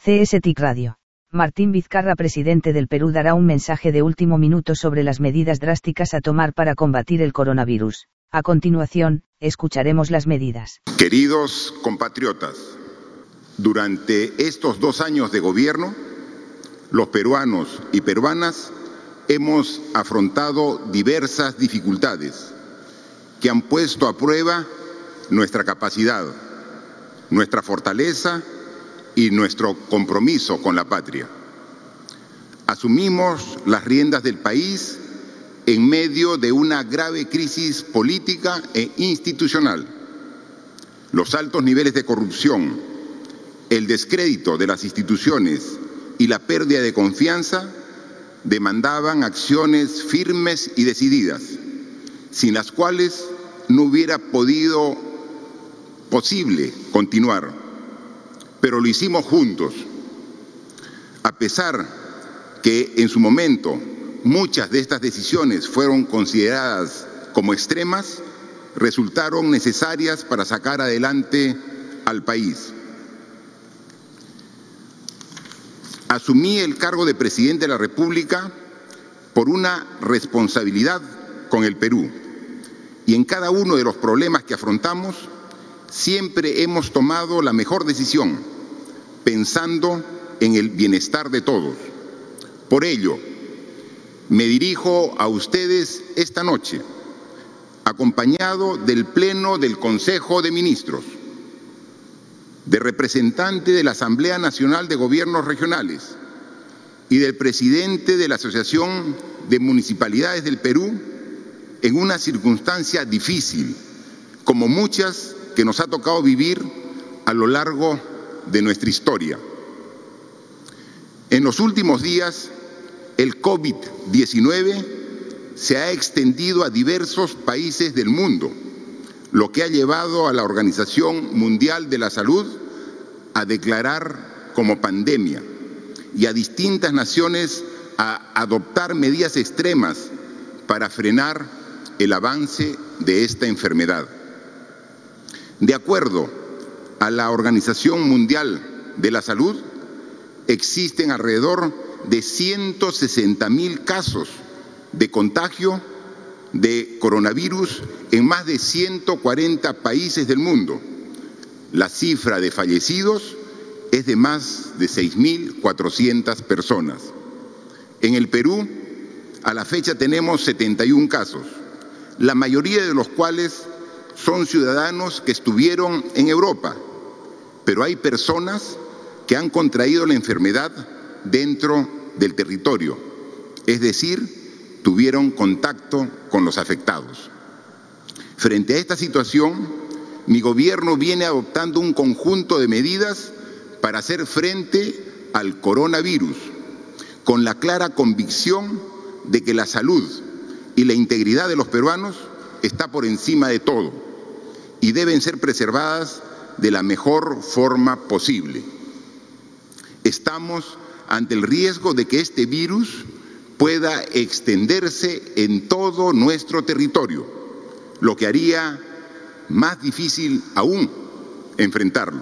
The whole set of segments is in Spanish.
CS-TIC Radio. Martín Vizcarra, presidente del Perú, dará un mensaje de último minuto sobre las medidas drásticas a tomar para combatir el coronavirus. A continuación, escucharemos las medidas. Queridos compatriotas, durante estos 2 años de gobierno, los peruanos y peruanas hemos afrontado diversas dificultades que han puesto a prueba nuestra capacidad, nuestra fortaleza y nuestro compromiso con la patria. Asumimos las riendas del país en medio de una grave crisis política e institucional. Los altos niveles de corrupción, el descrédito de las instituciones y la pérdida de confianza demandaban acciones firmes y decididas, sin las cuales no hubiera posible continuar. Pero lo hicimos juntos. A pesar que en su momento muchas de estas decisiones fueron consideradas como extremas, resultaron necesarias para sacar adelante al país. Asumí el cargo de presidente de la República por una responsabilidad con el Perú, y en cada uno de los problemas que afrontamos siempre hemos tomado la mejor decisión, pensando en el bienestar de todos. Por ello, me dirijo a ustedes esta noche, acompañado del Pleno del Consejo de Ministros, de representante de la Asamblea Nacional de Gobiernos Regionales y del presidente de la Asociación de Municipalidades del Perú, en una circunstancia difícil, como muchas que nos ha tocado vivir a lo largo de nuestra historia. En los últimos días, el COVID-19 se ha extendido a diversos países del mundo, lo que ha llevado a la Organización Mundial de la Salud a declarar como pandemia y a distintas naciones a adoptar medidas extremas para frenar el avance de esta enfermedad. De acuerdo a la Organización Mundial de la Salud, existen alrededor de 160.000 casos de contagio de coronavirus en más de 140 países del mundo. La cifra de fallecidos es de más de 6.400 personas. En el Perú, a la fecha tenemos 71 casos, la mayoría de los cuales son ciudadanos que estuvieron en Europa, pero hay personas que han contraído la enfermedad dentro del territorio, es decir, tuvieron contacto con los afectados. Frente a esta situación, mi gobierno viene adoptando un conjunto de medidas para hacer frente al coronavirus, con la clara convicción de que la salud y la integridad de los peruanos está por encima de todo y deben ser preservadas de la mejor forma posible. Estamos ante el riesgo de que este virus pueda extenderse en todo nuestro territorio, lo que haría más difícil aún enfrentarlo.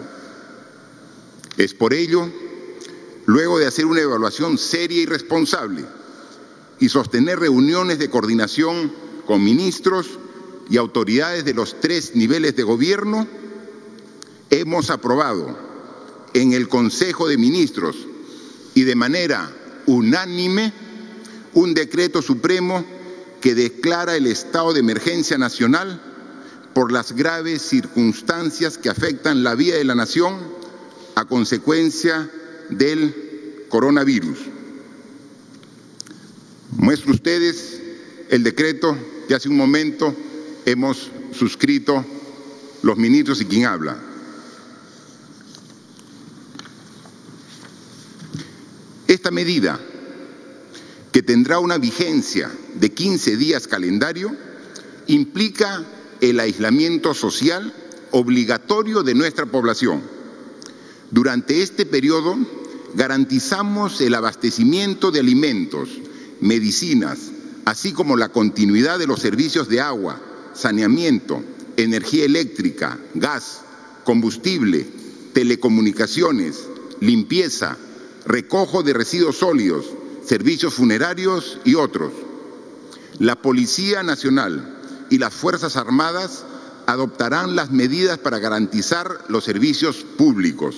Es por ello, luego de hacer una evaluación seria y responsable y sostener reuniones de coordinación con ministros y autoridades de los 3 niveles de gobierno, hemos aprobado en el Consejo de Ministros y de manera unánime un decreto supremo que declara el estado de emergencia nacional por las graves circunstancias que afectan la vida de la nación a consecuencia del coronavirus. Muestro ustedes el decreto que hace un momento hemos suscrito los ministros y quien habla. Esta medida, que tendrá una vigencia de 15 días calendario, implica el aislamiento social obligatorio de nuestra población. Durante este periodo garantizamos el abastecimiento de alimentos, medicinas, así como la continuidad de los servicios de agua, saneamiento, energía eléctrica, gas, combustible, telecomunicaciones, limpieza, recojo de residuos sólidos, servicios funerarios y otros. La Policía Nacional y las Fuerzas Armadas adoptarán las medidas para garantizar los servicios públicos.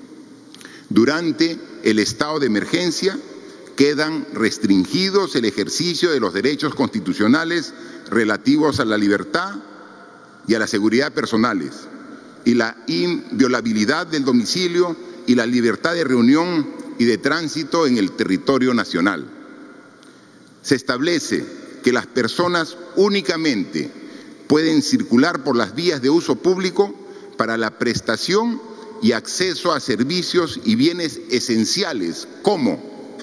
Durante el estado de emergencia quedan restringidos el ejercicio de los derechos constitucionales relativos a la libertad y a la seguridad personales, y la inviolabilidad del domicilio y la libertad de reunión y de tránsito en el territorio nacional. Se establece que las personas únicamente pueden circular por las vías de uso público para la prestación y acceso a servicios y bienes esenciales como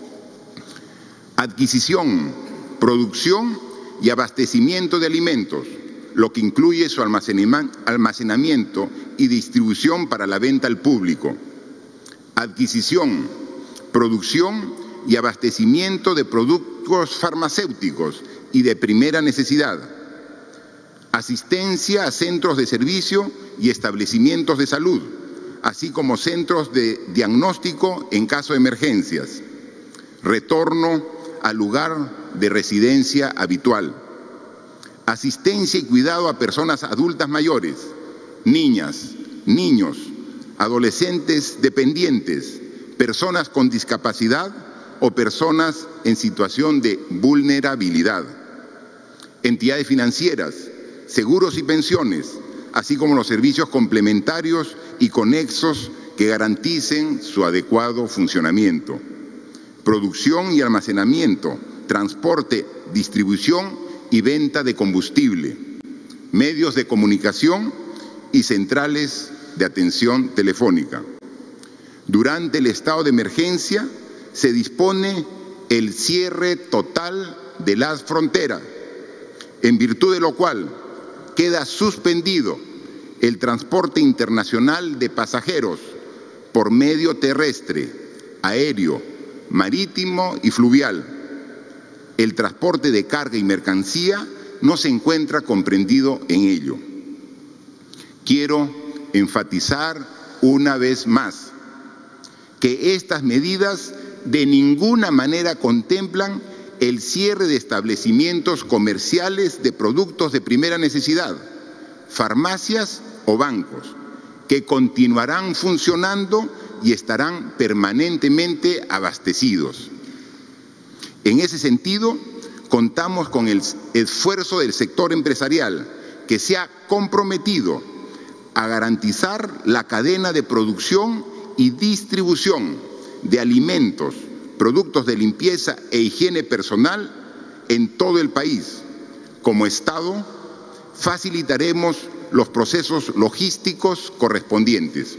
adquisición, producción y abastecimiento de alimentos, lo que incluye su almacenamiento y distribución para la venta al público, adquisición, producción y abastecimiento de productos farmacéuticos y de primera necesidad, asistencia a centros de servicio y establecimientos de salud, así como centros de diagnóstico en caso de emergencias, retorno al lugar de residencia habitual, asistencia y cuidado a personas adultas mayores, niñas, niños, adolescentes dependientes, personas con discapacidad o personas en situación de vulnerabilidad, entidades financieras, seguros y pensiones, así como los servicios complementarios y conexos que garanticen su adecuado funcionamiento, producción y almacenamiento, transporte, distribución y venta de combustible, medios de comunicación y centrales de atención telefónica. Durante el estado de emergencia se dispone el cierre total de las fronteras, en virtud de lo cual queda suspendido el transporte internacional de pasajeros por medio terrestre, aéreo, marítimo y fluvial. El transporte de carga y mercancía no se encuentra comprendido en ello. Quiero enfatizar una vez más que estas medidas de ninguna manera contemplan el cierre de establecimientos comerciales de productos de primera necesidad, farmacias o bancos, que continuarán funcionando y estarán permanentemente abastecidos. En ese sentido, contamos con el esfuerzo del sector empresarial, que se ha comprometido a garantizar la cadena de producción y distribución de alimentos, productos de limpieza e higiene personal en todo el país. Como Estado, facilitaremos los procesos logísticos correspondientes.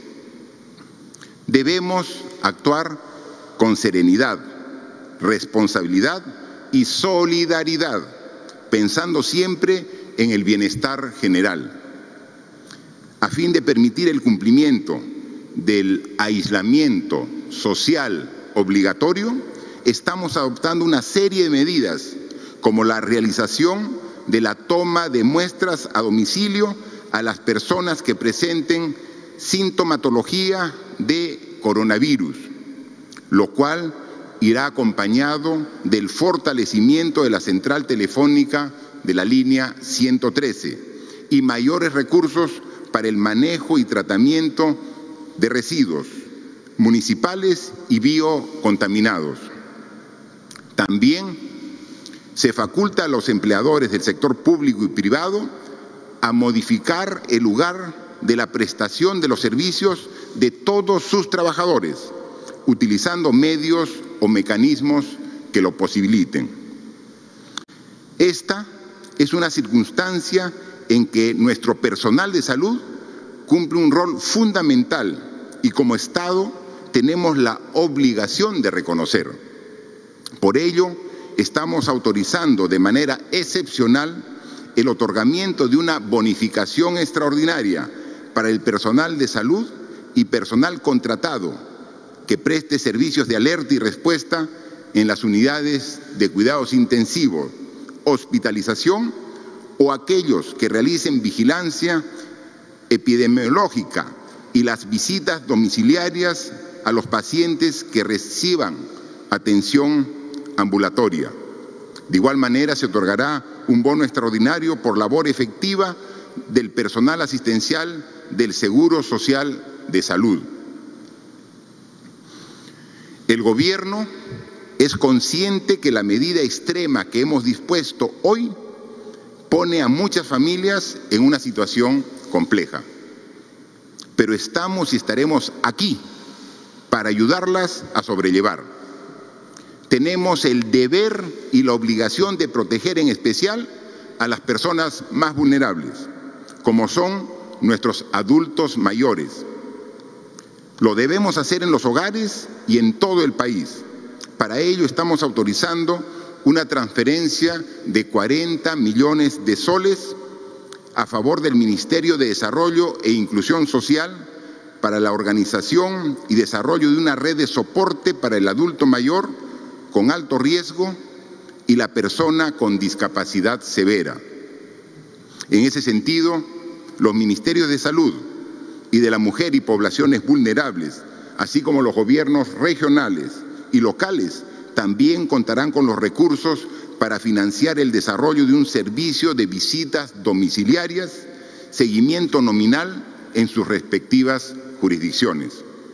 Debemos actuar con serenidad, responsabilidad y solidaridad, pensando siempre en el bienestar general. A fin de permitir el cumplimiento del aislamiento social obligatorio, estamos adoptando una serie de medidas, como la realización de la toma de muestras a domicilio a las personas que presenten sintomatología de coronavirus, lo cual irá acompañado del fortalecimiento de la central telefónica de la línea 113 y mayores recursos para el manejo y tratamiento de residuos municipales y biocontaminados. También se faculta a los empleadores del sector público y privado a modificar el lugar de la prestación de los servicios de todos sus trabajadores, utilizando medios o mecanismos que lo posibiliten. Esta es una circunstancia en que nuestro personal de salud cumple un rol fundamental y como Estado tenemos la obligación de reconocer. Por ello, estamos autorizando de manera excepcional el otorgamiento de una bonificación extraordinaria para el personal de salud y personal contratado que preste servicios de alerta y respuesta en las unidades de cuidados intensivos, hospitalización o aquellos que realicen vigilancia epidemiológica y las visitas domiciliarias a los pacientes que reciban atención ambulatoria. De igual manera, se otorgará un bono extraordinario por labor efectiva del personal asistencial del Seguro Social de Salud. El Gobierno es consciente que la medida extrema que hemos dispuesto hoy pone a muchas familias en una situación compleja. Pero estamos y estaremos aquí para ayudarlas a sobrellevar. Tenemos el deber y la obligación de proteger en especial a las personas más vulnerables, como son nuestros adultos mayores. Lo debemos hacer en los hogares y en todo el país. Para ello estamos autorizando una transferencia de 40 millones de soles a favor del Ministerio de Desarrollo e Inclusión Social para la organización y desarrollo de una red de soporte para el adulto mayor con alto riesgo y la persona con discapacidad severa. En ese sentido, los Ministerios de Salud y de la Mujer y Poblaciones Vulnerables, así como los gobiernos regionales y locales, también contarán con los recursos para financiar el desarrollo de un servicio de visitas domiciliarias, seguimiento nominal en sus respectivas jurisdicciones.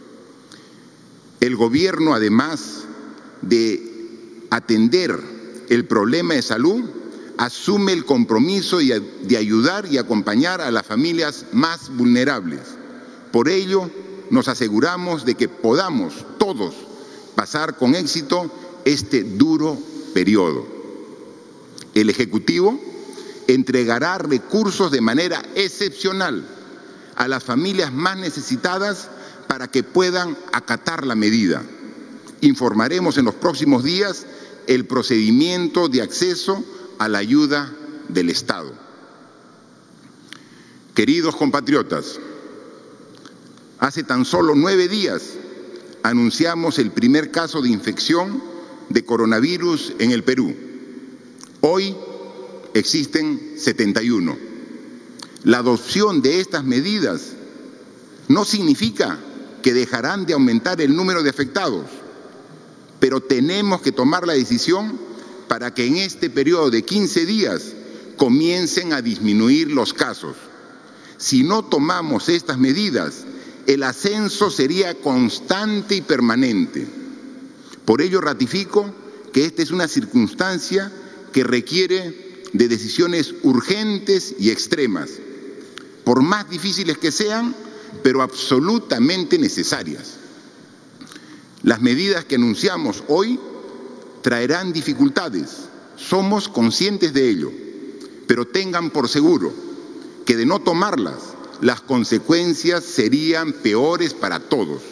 El Gobierno, además de atender el problema de salud, asume el compromiso de ayudar y acompañar a las familias más vulnerables. Por ello, nos aseguramos de que podamos todos pasar con éxito este duro periodo. El Ejecutivo entregará recursos de manera excepcional a las familias más necesitadas para que puedan acatar la medida. Informaremos en los próximos días el procedimiento de acceso a la ayuda del Estado. Queridos compatriotas, hace tan solo 9 días anunciamos el primer caso de infección de coronavirus en el Perú. Hoy existen 71. La adopción de estas medidas no significa que dejarán de aumentar el número de afectados, pero tenemos que tomar la decisión para que en este periodo de 15 días comiencen a disminuir los casos. Si no tomamos estas medidas, el ascenso sería constante y permanente. Por ello ratifico que esta es una circunstancia que requiere de decisiones urgentes y extremas, por más difíciles que sean, pero absolutamente necesarias. Las medidas que anunciamos hoy traerán dificultades, somos conscientes de ello, pero tengan por seguro que de no tomarlas, las consecuencias serían peores para todos.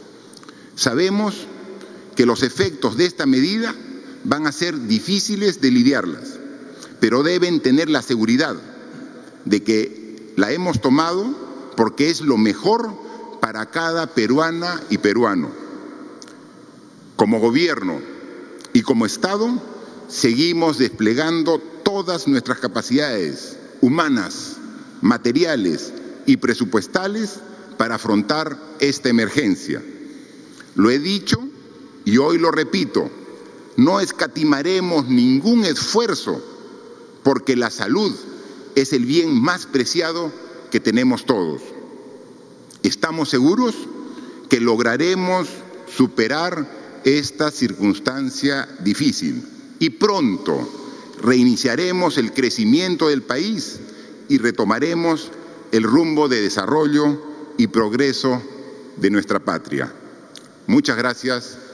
Sabemos que los efectos de esta medida van a ser difíciles de lidiarlas, pero deben tener la seguridad de que la hemos tomado porque es lo mejor para cada peruana y peruano. Como Gobierno y como Estado, seguimos desplegando todas nuestras capacidades humanas, materiales y presupuestales para afrontar esta emergencia. Lo he dicho y hoy lo repito, no escatimaremos ningún esfuerzo porque la salud es el bien más preciado que tenemos todos. Estamos seguros que lograremos superar esta circunstancia difícil y pronto reiniciaremos el crecimiento del país y retomaremos el rumbo de desarrollo y progreso de nuestra patria. Muchas gracias.